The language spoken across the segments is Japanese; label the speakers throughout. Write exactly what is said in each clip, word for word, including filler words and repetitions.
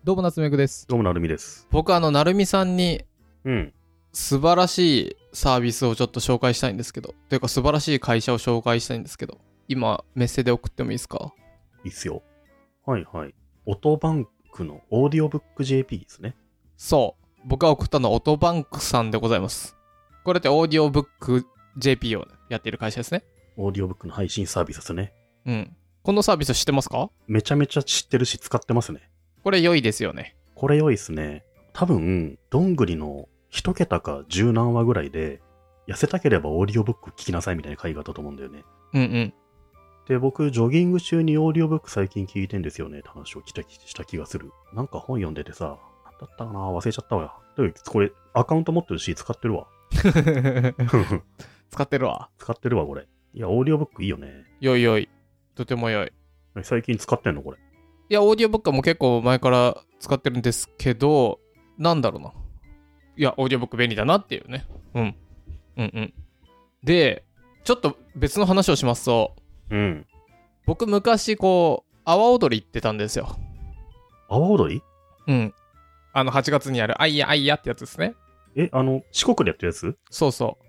Speaker 1: どうも夏目くです。
Speaker 2: どうもなるみです。
Speaker 1: 僕あのなるみさんに
Speaker 2: うん
Speaker 1: 素晴らしいサービスをちょっと紹介したいんですけど、というか素晴らしい会社を紹介したいんですけど、今メッセで送ってもいいですか？
Speaker 2: いいっすよ。はいはい。オトバンクのオーディオブック ジェーピー ですね。
Speaker 1: そう、僕が送ったのはオトバンクさんでございます。これってオーディオブック ジェーピー をやっている会社ですね。
Speaker 2: オーディオブックの配信サービスですね。
Speaker 1: うん。このサービス知ってますか？
Speaker 2: めちゃめちゃ知ってるし使ってますね。
Speaker 1: これ良いですよね。
Speaker 2: これ良いっすね。多分どんぐりの一桁か十何話ぐらいで、痩せたければオーディオブック聞きなさいみたいな回があったと思うんだよね。
Speaker 1: うんうん。
Speaker 2: で、僕、ジョギング中にオーディオブック最近聞いてんですよねって話をした気がする。なんか本読んでてさ、なんだったかな忘れちゃったわ。で、これ、アカウント持ってるし、使ってるわ。
Speaker 1: 使ってるわ。
Speaker 2: 使ってるわ、これ。いや、オーディオブックいいよね。
Speaker 1: 良い良い。とても良い。
Speaker 2: 最近使ってんのこれ。
Speaker 1: いや、オーディオブックはもう結構前から使ってるんですけど、なんだろうな。いや、オーディオブック便利だなっていうね。うん。うんうん。で、ちょっと別の話をしますと、
Speaker 2: うん。
Speaker 1: 僕昔こう、阿波踊り行ってたんですよ。
Speaker 2: 阿波踊り？
Speaker 1: うん。あのはちがつにある、あいやあいやってやつですね。
Speaker 2: え、あの、四国でやってるやつ？
Speaker 1: そうそう。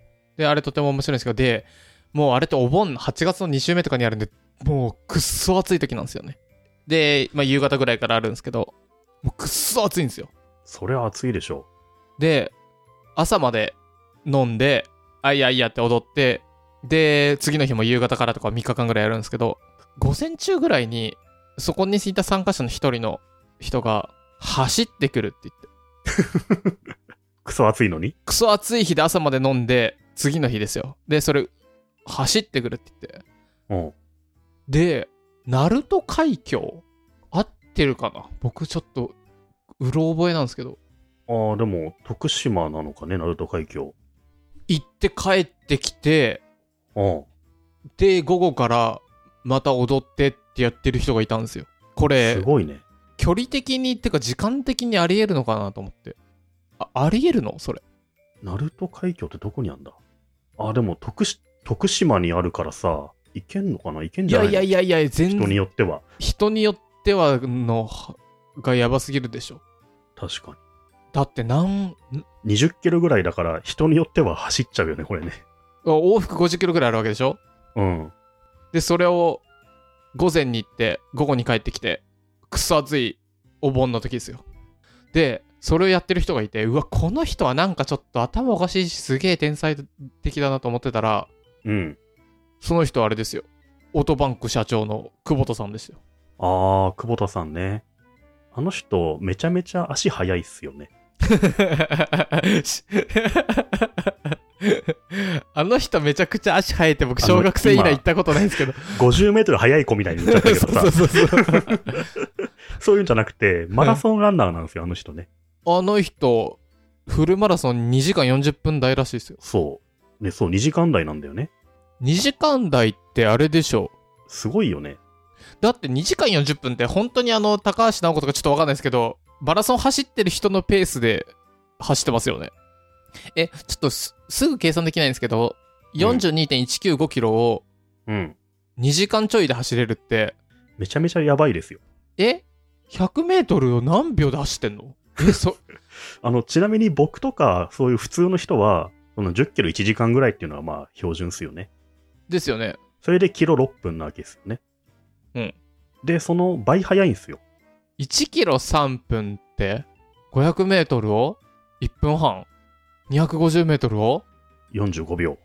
Speaker 1: で、あれとても面白いんですけど、で、もうあれってお盆はちがつのに週目とかにあるんで、もうくっそ暑い時なんですよね。で、まあ夕方ぐらいからあるんですけど、もうくっそ暑いんですよ。
Speaker 2: そりゃ暑いでしょ
Speaker 1: で、朝まで飲んで、あいやいやって踊って、で、次の日も夕方からとかみっかかんぐらいやるんですけど、午前中ぐらいに、そこにいた参加者の一人の人が、走ってくるって言って。
Speaker 2: クソ暑いのに？
Speaker 1: クソ暑い日で朝まで飲んで、次の日ですよ。で、それ、走ってくるって言って。
Speaker 2: うん。
Speaker 1: で、鳴門海峡合ってるかな？僕ちょっと、うろ覚えなんですけど。
Speaker 2: ああ、でも、徳島なのかね、鳴門海峡。
Speaker 1: 行って帰ってきて、
Speaker 2: うん。
Speaker 1: で、午後からまた踊ってってやってる人がいたんですよ。これ、
Speaker 2: すごいね。
Speaker 1: 距離的に、ってか時間的にあり得るのかなと思って。あ、あり得るのそれ。
Speaker 2: 鳴門海峡ってどこにあんだ？あ、でも徳し、徳島にあるからさ、行けんのかな？行けんじゃないの？
Speaker 1: いやいやいやいや、全然。
Speaker 2: 人によっては。
Speaker 1: 人によってはの、がやばすぎるでしょ。
Speaker 2: 確かに。
Speaker 1: だって何、
Speaker 2: にじゅっキロぐらいだから、人によっては走っちゃうよね、これね。
Speaker 1: 往復ごじゅっキロぐらいあるわけでしょ？
Speaker 2: うん。
Speaker 1: で、それを午前に行って、午後に帰ってきて、くそ暑いお盆の時ですよ。で、それをやってる人がいて、うわ、この人はなんかちょっと頭おかしいし、すげえ天才的だなと思ってたら、
Speaker 2: うん。
Speaker 1: その人はあれですよ。オートバンク社長の久保田さんですよ。
Speaker 2: あー、久保田さんね。あの人、めちゃめちゃ足速いっすよね。
Speaker 1: あの人めちゃくちゃ足生えて、僕小学生以来行ったことないんですけど、
Speaker 2: ごじゅうメートル速い子みたいに言っちゃったけどさ。
Speaker 1: そうそうそうそう
Speaker 2: そういうんじゃなくて、マラソンランナーなんですよ、あの人ね。
Speaker 1: あの人、フルマラソンにじかんよんじゅっぷん台らしいですよ。
Speaker 2: そう。ね、そう、にじかん台なんだよね。
Speaker 1: にじかん台ってあれでしょ？
Speaker 2: すごいよね。
Speaker 1: だってにじかんよんじゅっぷんって本当にあの、高橋直子とかちょっとわかんないですけど、マラソン走ってる人のペースで走ってますよね。え、ちょっと す, すぐ計算できないんですけど、よんじゅうにてんいちきゅうご キロをにじかんちょいで走れるって、
Speaker 2: めちゃめちゃやばいですよ。
Speaker 1: え ?ひゃくメートルを何秒で走ってんの？え、そ、
Speaker 2: あの、ちなみに僕とか、そういう普通の人は、そのじゅっキロいちじかんぐらいっていうのはまあ標準っすよね。
Speaker 1: ですよね。
Speaker 2: それでキロろっぷんなわけですよね。
Speaker 1: うん。
Speaker 2: で、その倍速いんすよ。
Speaker 1: いちキロさんぷんって、ごひゃくメートルをいっぷんはん。にひゃくごじゅうメートルを
Speaker 2: よんじゅうごびょう。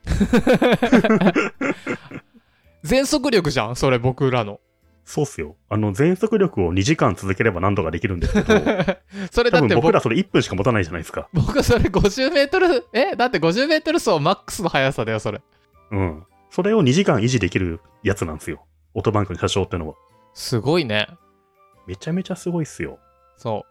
Speaker 1: 全速力じゃんそれ僕らの。
Speaker 2: そうっすよ。あの、全速力をにじかん続ければ何とかできるんですけど、
Speaker 1: それだって
Speaker 2: 多分僕らそれいっぷんしか持たないじゃないですか。
Speaker 1: 僕それごじゅうメートル、えだってごじゅうメートル走マックスの速さだよ、それ。
Speaker 2: うん。それをにじかん維持できるやつなんですよ。オートバンクの車掌ってのは。
Speaker 1: すごいね。
Speaker 2: めちゃめちゃすごいっすよ。
Speaker 1: そう。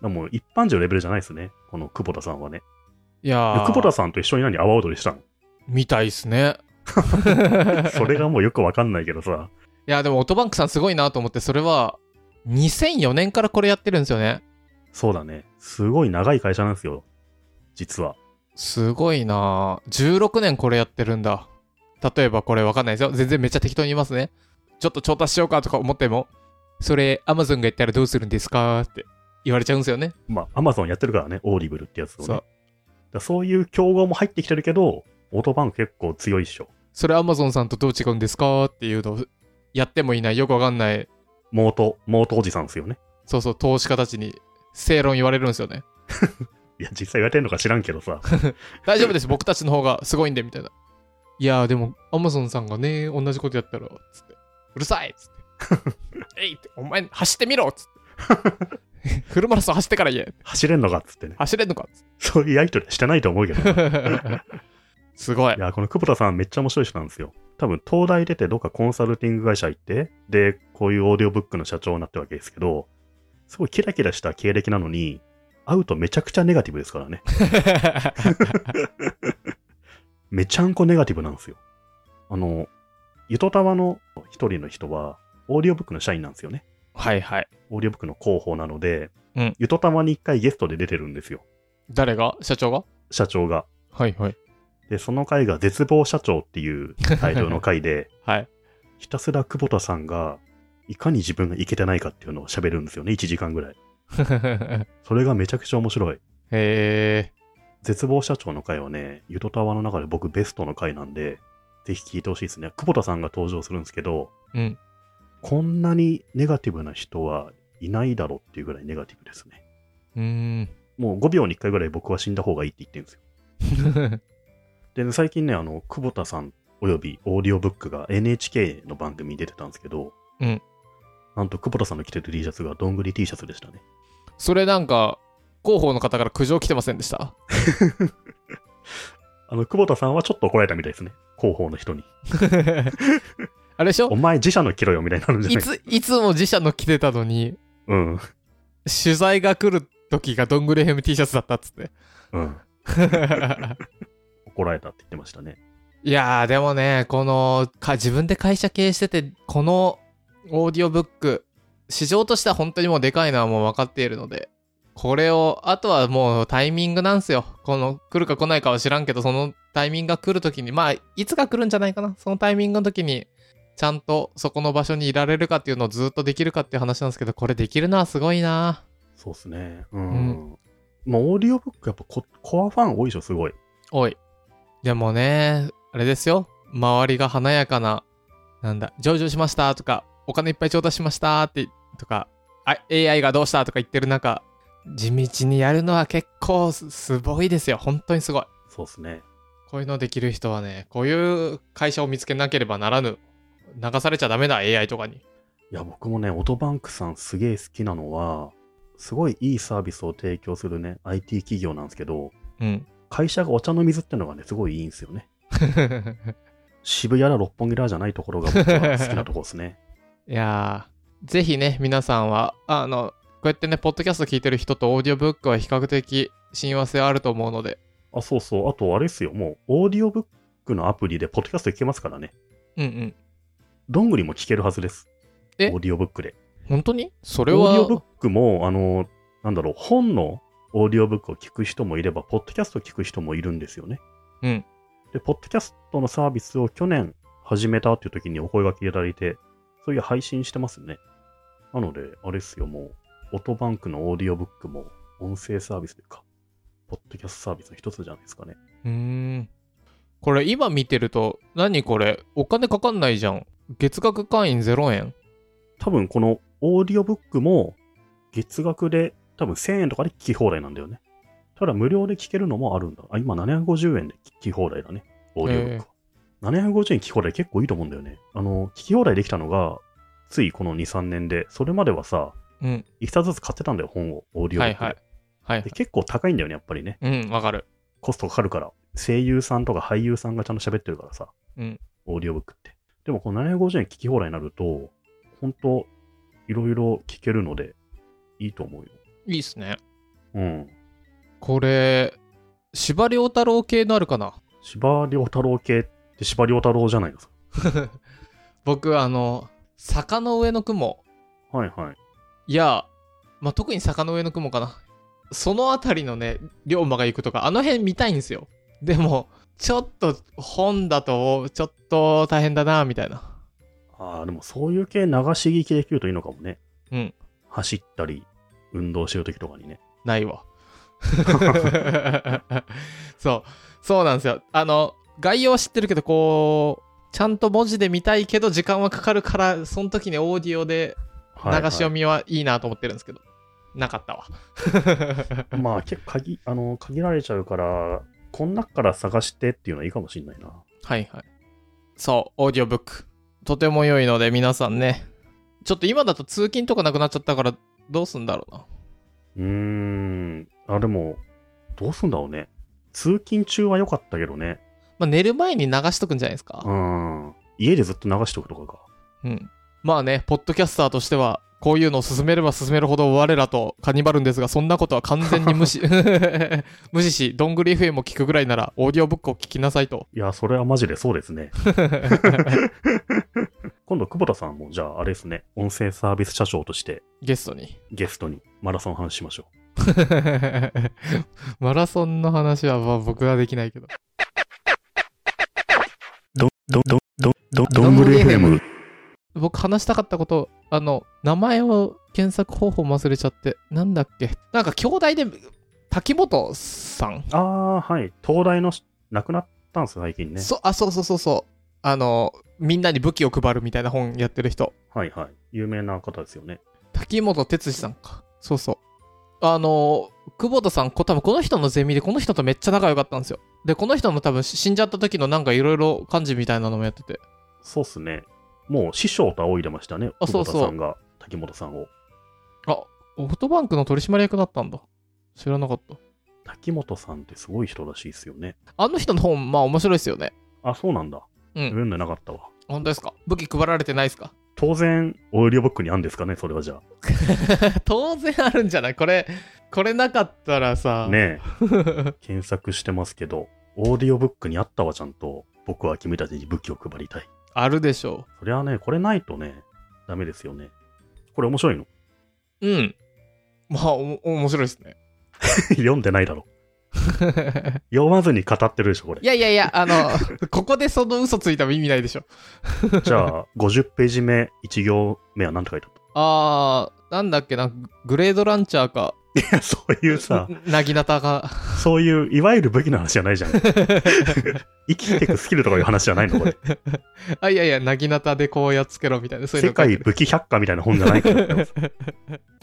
Speaker 2: でも一般人のレベルじゃないですね。この久保田さんはね。
Speaker 1: いやー。
Speaker 2: 久保田さんと一緒に何阿波踊りしたの？
Speaker 1: みたいっすね。
Speaker 2: それがもうよくわかんないけどさ。
Speaker 1: いや、でもオートバンクさんすごいなと思って、それはにせんよねんからこれやってるんですよね。
Speaker 2: そうだね。すごい長い会社なんですよ。実は。
Speaker 1: すごいなじゅうろくねんこれやってるんだ。例えばこれわかんないですよ。全然めっちゃ適当に言いますね。ちょっと調達しようかとか思っても、 それ、アマゾンがやったらどうするんですかって言われちゃうんですよね。
Speaker 2: まあ、アマゾンやってるからね、オーディブルってやつをね。
Speaker 1: そう。
Speaker 2: だからそういう競合も入ってきてるけど、オートバンク結構強いっしょ。
Speaker 1: それアマゾンさんとどう違うんですかっていうのをやってもいない、よくわかんない、
Speaker 2: モート、モートおじさんですよね。
Speaker 1: そうそう、投資家たちに正論言われるんですよね。
Speaker 2: いや、実際言われてんのか知らんけどさ。
Speaker 1: 大丈夫です、僕たちの方がすごいんで、みたいな。いやー、でも、アマゾンさんがね、同じことやったら、つって、うるさいっつって。えいって、お前、走ってみろっつって。フルマラソン走ってから言え。
Speaker 2: 走れんのかっつってね。
Speaker 1: 走れんのかっつって。
Speaker 2: そういうやりとりしてないと思うけど。
Speaker 1: すごい。
Speaker 2: いや、この久保田さんめっちゃ面白い人なんですよ。多分、東大出てどっかコンサルティング会社行って、で、こういうオーディオブックの社長になったわけですけど、すごいキラキラした経歴なのに、会うとめちゃくちゃネガティブですからね。めちゃんこネガティブなんですよ。あの、ゆとたわの一人の人は、オーディオブックの社員なんですよね。
Speaker 1: はいはい。
Speaker 2: オーディオブックの広報なので、
Speaker 1: うん、
Speaker 2: ゆとたわに一回ゲストで出てるんですよ。
Speaker 1: 誰が？社長が？
Speaker 2: 社長が。
Speaker 1: はいはい。
Speaker 2: で、その回が絶望社長っていうタイトルの回で、
Speaker 1: はい。
Speaker 2: ひたすら久保田さんが、いかに自分がいけてないかっていうのを喋るんですよね、いちじかんぐらい。それがめちゃくちゃ面白い。
Speaker 1: へー。
Speaker 2: 絶望社長の回はね、ゆとたわの中で僕ベストの回なんで、ぜひ聞いてほしいですね。久保田さんが登場するんですけど、
Speaker 1: うん。
Speaker 2: こんなにネガティブな人はいないだろうっていうぐらいネガティブですね。
Speaker 1: うーん。
Speaker 2: もうごびょうにいっかいぐらい僕は死んだ方がいいって言ってるんですよ。で、ね、最近ね、あの、久保田さんおよびオーディオブックが エヌエイチケー の番組に出てたんですけど、
Speaker 1: うん。
Speaker 2: なんと久保田さんの着てる T シャツがどんぐり T シャツでしたね。
Speaker 1: それなんか、広報の方から苦情来てませんでした？
Speaker 2: あの、久保田さんはちょっと怒られたみたいですね。広報の人に。
Speaker 1: あれでしょ？
Speaker 2: お前自社の着ろよみたいになるんじゃない？
Speaker 1: いつ、いつも自社の着てたのに、
Speaker 2: うん。
Speaker 1: 取材が来る時がどんぐり エム T シャツだったっつって。
Speaker 2: うん。怒られたって言ってましたね。
Speaker 1: いやー、でもね、このか、自分で会社経営してて、このオーディオブック、市場としては本当にもうでかいのはもう分かっているので、これを、あとはもうタイミングなんすよ。この、来るか来ないかは知らんけど、そのタイミングが来るときに、まあ、いつか来るんじゃないかな。そのタイミングの時に、ちゃんとそこの場所にいられるかっていうのをずっとできるかっていう話なんですけど、これできるのはすごいな。
Speaker 2: そうっすね。うん。
Speaker 1: うん、
Speaker 2: まあ、オーディオブックやっぱコ、コアファン多いでしょ、すごい。
Speaker 1: おい。でもね、あれですよ。周りが華やかな、なんだ、上場しましたとか、お金いっぱい調達しましたって、とか、あ エーアイ がどうしたとか言ってる中、地道にやるのは結構す、すごいですよ。本当にすごい。
Speaker 2: そうっすね。
Speaker 1: こういうのできる人はね、こういう会社を見つけなければならぬ。流されちゃダメだ、エーアイ とかに。
Speaker 2: いや、僕もね、オトバンクさんすげえ好きなのは、すごいいいサービスを提供するね、アイティー 企業なんですけど、
Speaker 1: うん。
Speaker 2: 会社がお茶の水ってのがね、すごいいいんですよね。渋谷ら六本木らじゃないところが僕は好きなところですね。
Speaker 1: いやー、ぜひね、皆さんは、あの、こうやってね、ポッドキャスト聞いてる人とオーディオブックは比較的親和性あると思うので。
Speaker 2: あ、そうそう。あと、あれですよ。もう、オーディオブックのアプリでポッドキャスト聞けますからね。
Speaker 1: うんうん。
Speaker 2: どんぐりも聞けるはずです。
Speaker 1: え
Speaker 2: オーディオブックで。
Speaker 1: 本当に？それは。
Speaker 2: オーディオブックも、あの、なんだろう、本のオーディオブックを聞く人もいれば、ポッドキャストを聞く人もいるんですよね。
Speaker 1: うん。
Speaker 2: で、ポッドキャストのサービスを去年始めたっていう時にお声掛けいただいて、そういう配信してますね。なので、あれっすよ、もう、オトバンクのオーディオブックも音声サービスというか、ポッドキャストサービスの一つじゃないですかね。
Speaker 1: うーん。これ今見てると、何これお金かかんないじゃん。月額会員ゼロえん。
Speaker 2: 多分このオーディオブックも月額で多分せんえんとかで聞き放題なんだよね。ただ無料で聞けるのもあるんだ。あ、今ななひゃくごじゅうえんで聞き放題だね。オーディオブックは。えー、ななひゃくごじゅうえん聞き放題結構いいと思うんだよね。あの、聞き放題できたのが、ついこのに、さんねんで、それまではさ、
Speaker 1: うん。
Speaker 2: 一冊ずつ買ってたんだよ、本を。オーディオブックで。
Speaker 1: はいはい。はい、はい。
Speaker 2: で結構高いんだよね、やっぱりね。
Speaker 1: うん、わかる。
Speaker 2: コストかかるから。声優さんとか俳優さんがちゃんと喋ってるからさ。
Speaker 1: うん。
Speaker 2: オーディオブックって。でもこのななひゃくごじゅうえん聞き放題になると、本当いろいろ聞けるので、いいと思うよ。
Speaker 1: いいっすね。
Speaker 2: うん。
Speaker 1: これ、司馬遼太郎系のあるかな？
Speaker 2: 司馬遼太郎系って司馬遼太郎じゃないの？
Speaker 1: 僕、あの、坂の上の雲。
Speaker 2: はいはい。
Speaker 1: いや、まあ、特に坂の上の雲かな。そのあたりのね、龍馬が行くとか、あの辺見たいんですよ。でも、ちょっと本だと、ちょっと大変だな、みたいな。
Speaker 2: ああ、でもそういう系流し聞きできるといいのかもね。
Speaker 1: うん。
Speaker 2: 走ったり、運動してるときとかにね。
Speaker 1: ないわ。そう。そうなんですよ。あの、概要は知ってるけど、こう、ちゃんと文字で見たいけど、時間はかかるから、その時にオーディオで流し読みはいいなと思ってるんですけど、なかったわ。
Speaker 2: まあ、結構限、あの、限られちゃうから、こん中から探してっていうのはいいかもしれないな。
Speaker 1: はいはい。そう、オーディオブック。とても良いので、皆さんね。ちょっと今だと通勤とかなくなっちゃったから、どうすんだろうな。
Speaker 2: うーん。あ、でも、どうすんだろうね。通勤中は良かったけどね。
Speaker 1: まあ、寝る前に流しとくんじゃないですか。
Speaker 2: うん。家でずっと流しとくとかか。
Speaker 1: うん。まあね、ポッドキャスターとしては、こういうのを進めれば進めるほど我らとカニバルんですが、そんなことは完全に無視、無視し、どんぐり エフエム を聞くぐらいなら、オーディオブックを聞きなさいと。
Speaker 2: いや、それはマジでそうですね。今度、久保田さんも、じゃあ、あれですね、音声サービス社長として、
Speaker 1: ゲストに。
Speaker 2: ゲストにマラソン話しましょ
Speaker 1: マラソンの話はまあ僕はできないけど。
Speaker 2: ど、ど、ど、ど、ど、どんぐり エフエム。
Speaker 1: 僕話したかったこと、あの、名前を検索方法忘れちゃって、なんだっけ。なんか兄弟で、滝本さん。
Speaker 2: ああ、はい。東大の亡くなったんですよ、最近ね。
Speaker 1: そ、あ、そうそうそうそう。あの、みんなに武器を配るみたいな本やってる人。
Speaker 2: はいはい。有名な方ですよね。
Speaker 1: 滝本哲司さんか。そうそう。あの、久保田さん、こ多分この人のゼミでこの人とめっちゃ仲良かったんですよ。で、この人の多分死んじゃった時のなんかいろいろ漢字みたいなのもやってて。
Speaker 2: そうっすね。もう師匠と仰いでましたね。
Speaker 1: あ、そうそう。
Speaker 2: 久保田さんが滝本さんを。
Speaker 1: あ、オフトバンクの取締役だったんだ。知らなかった。
Speaker 2: 滝本さんってすごい人らしいですよね。
Speaker 1: あの人の本、まあ面白いですよね。
Speaker 2: あ、そうなんだ。
Speaker 1: うん。
Speaker 2: 読んでなかったわ。
Speaker 1: 本当ですか？武器配られてないですか？
Speaker 2: 当然、オーディオブックにあるんですかね、それはじゃあ。
Speaker 1: 当然あるんじゃない？これ、これなかったらさ。
Speaker 2: ねえ。検索してますけど、オーディオブックにあったわ、ちゃんと。僕は君たちに武器を配りたい。
Speaker 1: あるでしょ
Speaker 2: う。そりゃね、これないとね、ダメですよね。これ面白いの？
Speaker 1: うん。まあ、お、面白いですね。
Speaker 2: 読んでないだろ。読まずに語ってるでしょ、これ。
Speaker 1: いやいやいや、あの、ここでその嘘ついたら意味ないでしょ。
Speaker 2: じゃあ、ごじゅっページ目、いち行目は何て書いてあった？
Speaker 1: あー、なんだっけな、グレードランチャーか。
Speaker 2: いや、そういうさ、
Speaker 1: なぎなたが。
Speaker 2: そういう、いわゆる武器の話じゃないじゃん。生きていくスキルとかいう話じゃないのこれ。
Speaker 1: あ、いやいや、なぎなたでこうやっつけろみたいな。そういうの
Speaker 2: 世界武器百科みたいな本じゃないから。